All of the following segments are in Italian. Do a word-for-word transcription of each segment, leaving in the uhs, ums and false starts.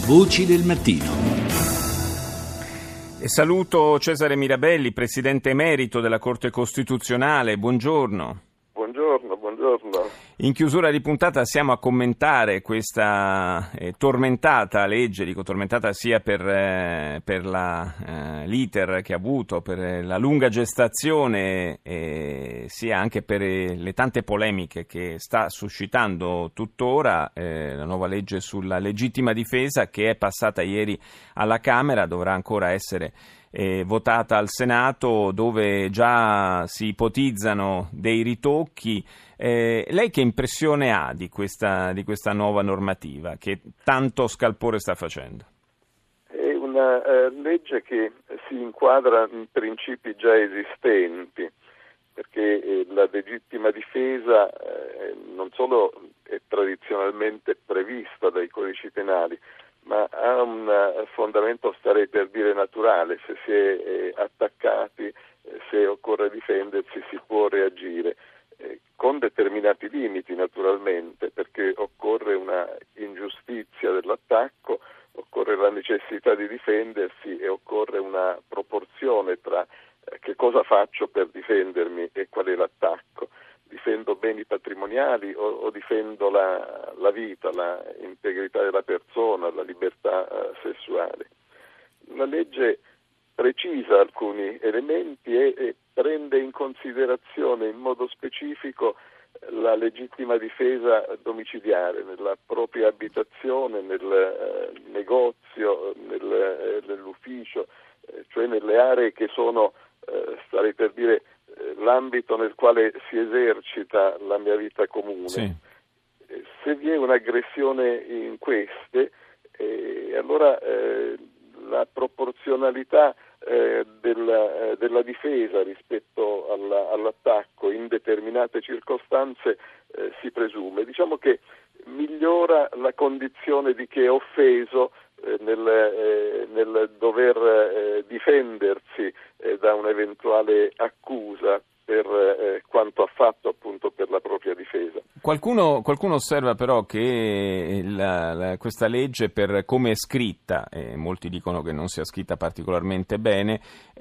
Voci del mattino. E saluto Cesare Mirabelli, presidente emerito della Corte Costituzionale. Buongiorno. Buongiorno, buongiorno. In chiusura di puntata siamo a commentare questa eh, tormentata legge, dico tormentata sia per, eh, per la, eh, l'iter che ha avuto, per eh, la lunga gestazione, eh, sia anche per eh, le tante polemiche che sta suscitando tuttora, eh, la nuova legge sulla legittima difesa che è passata ieri alla Camera, dovrà ancora essere Eh, votata al Senato, dove già si ipotizzano dei ritocchi. Eh, lei che impressione ha di questa, di questa nuova normativa che tanto scalpore sta facendo? È una uh, legge che si inquadra in principi già esistenti, perché eh, la legittima difesa eh, non solo è tradizionalmente prevista dai codici penali, ma ha un uh, fondamento, starei per dire, naturale. Se si è eh, attaccati, eh, se occorre difendersi, si può reagire, eh, con determinati limiti naturalmente, perché occorre una ingiustizia dell'attacco, occorre la necessità di difendersi e occorre una proporzione tra eh, che cosa faccio per difendermi e qual è l'attacco. Difendo beni patrimoniali o, o difendo la, la vita, la integrità della persona, la libertà uh, sessuale. La legge precisa alcuni elementi e, e prende in considerazione in modo specifico la legittima difesa domiciliare nella propria abitazione, nel uh, negozio, nel, uh, nell'ufficio, uh, cioè nelle aree che sono, uh, starei per dire, l'ambito nel quale si esercita la mia vita comune. Sì. Se vi è un'aggressione in queste, eh, allora eh, la proporzionalità eh, della, eh, della difesa rispetto alla, all'attacco in determinate circostanze eh, si presume. Diciamo che migliora la condizione di chi è offeso eh, nel, eh, nel dover eh, difendersi eh, da un'eventuale accusa per eh, quanto ha fatto appunto per la propria difesa. Qualcuno, qualcuno osserva però che la, la, questa legge, per come è scritta, e molti dicono che non sia scritta particolarmente bene,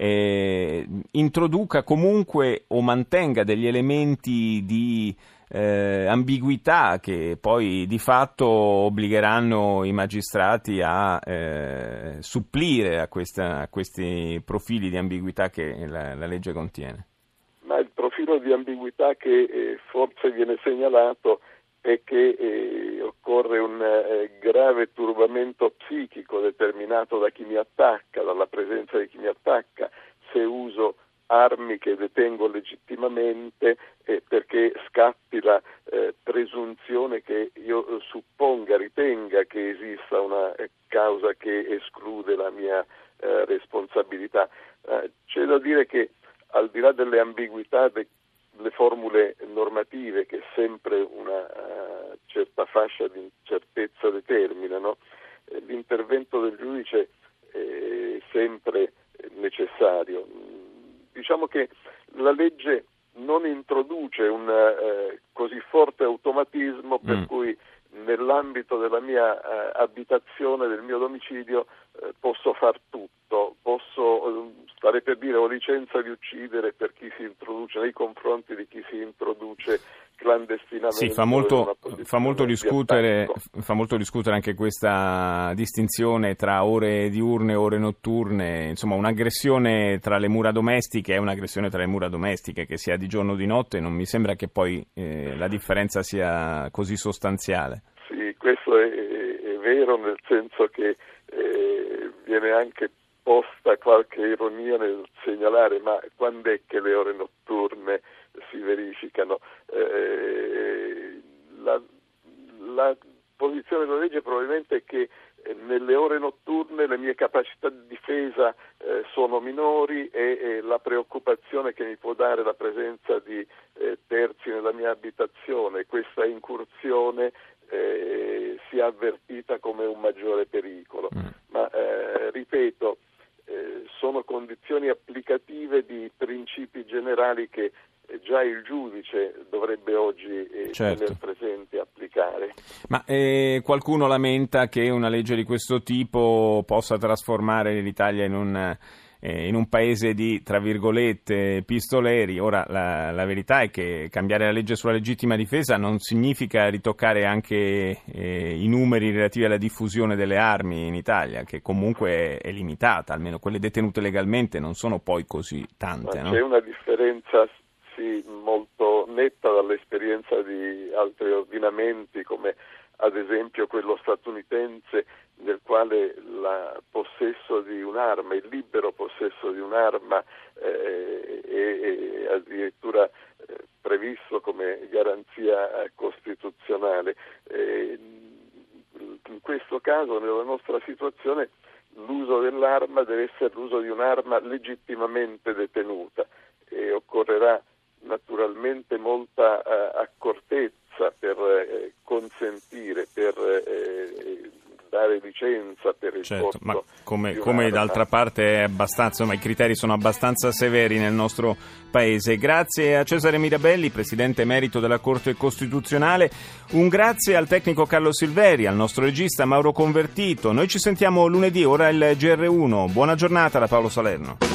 eh, introduca comunque o mantenga degli elementi di eh, ambiguità che poi di fatto obbligheranno i magistrati a eh, supplire a, questa, a questi profili di ambiguità che la, la legge contiene. Ma il profilo di ambiguità che eh, forse viene segnalato è che eh, occorre un eh, grave turbamento psichico determinato da chi mi attacca, dalla presenza di chi mi attacca, se uso armi che detengo legittimamente, eh, perché scatti la eh, presunzione che io supponga, ritenga che esista una eh, causa che esclude la mia eh, responsabilità. Eh, c'è da dire che al di là delle ambiguità delle formule normative che sempre una uh, certa fascia di incertezza determinano, eh, l'intervento del giudice è sempre necessario. Diciamo che la legge non introduce un uh, così forte automatismo per mm. cui nell'ambito della mia uh, abitazione, del mio domicilio, uh, posso far tutto, posso uh, stare per dire ho licenza di uccidere per chi si introduce nei confronti di chi si introduce clandestinamente. Sì, fa molto, fa molto discutere, fa molto discutere anche questa distinzione tra ore diurne e ore notturne. Insomma, un'aggressione tra le mura domestiche è un'aggressione tra le mura domestiche, che sia di giorno o di notte. Non mi sembra che poi eh, la differenza sia così sostanziale. Sì, questo è, è vero, nel senso che eh, viene anche posta qualche ironia nel segnalare: ma quando è che le ore notturne si verificano? Eh, la, la posizione della legge probabilmente è che eh, nelle ore notturne le mie capacità di difesa eh, sono minori e, e la preoccupazione che mi può dare la presenza di eh, terzi nella mia abitazione, questa incursione eh, sia avvertita come un maggiore pericolo. Mm. Ma eh, ripeto, eh, sono condizioni applicative di principi generali che già il giudice dovrebbe oggi eh, certo. tener presente e applicare. Ma eh, qualcuno lamenta che una legge di questo tipo possa trasformare l'Italia in un, eh, in un paese di, tra virgolette, pistoleri. Ora, la, la verità è che cambiare la legge sulla legittima difesa non significa ritoccare anche eh, i numeri relativi alla diffusione delle armi in Italia, che comunque è, è limitata, almeno quelle detenute legalmente non sono poi così tante. Ma no? C'è una differenza sì, molto netta dall'esperienza di altri ordinamenti, come ad esempio quello statunitense, nel quale il possesso di un'arma, il libero possesso di un'arma eh, è, è addirittura eh, previsto come garanzia eh, costituzionale. Eh, in questo caso, nella nostra situazione, l'uso dell'arma deve essere l'uso di un'arma legittimamente detenuta e occorrerà naturalmente molta eh, accortezza per eh, consentire, per eh, dare licenza per il certo, ma porto come, di come un'arma. d'altra parte è abbastanza, insomma, i criteri sono abbastanza severi nel nostro paese. Grazie a Cesare Mirabelli, presidente emerito della Corte Costituzionale. Un grazie al tecnico Carlo Silveri, al nostro regista Mauro Convertito. Noi ci sentiamo lunedì, ora il G R uno. Buona giornata da Paolo Salerno.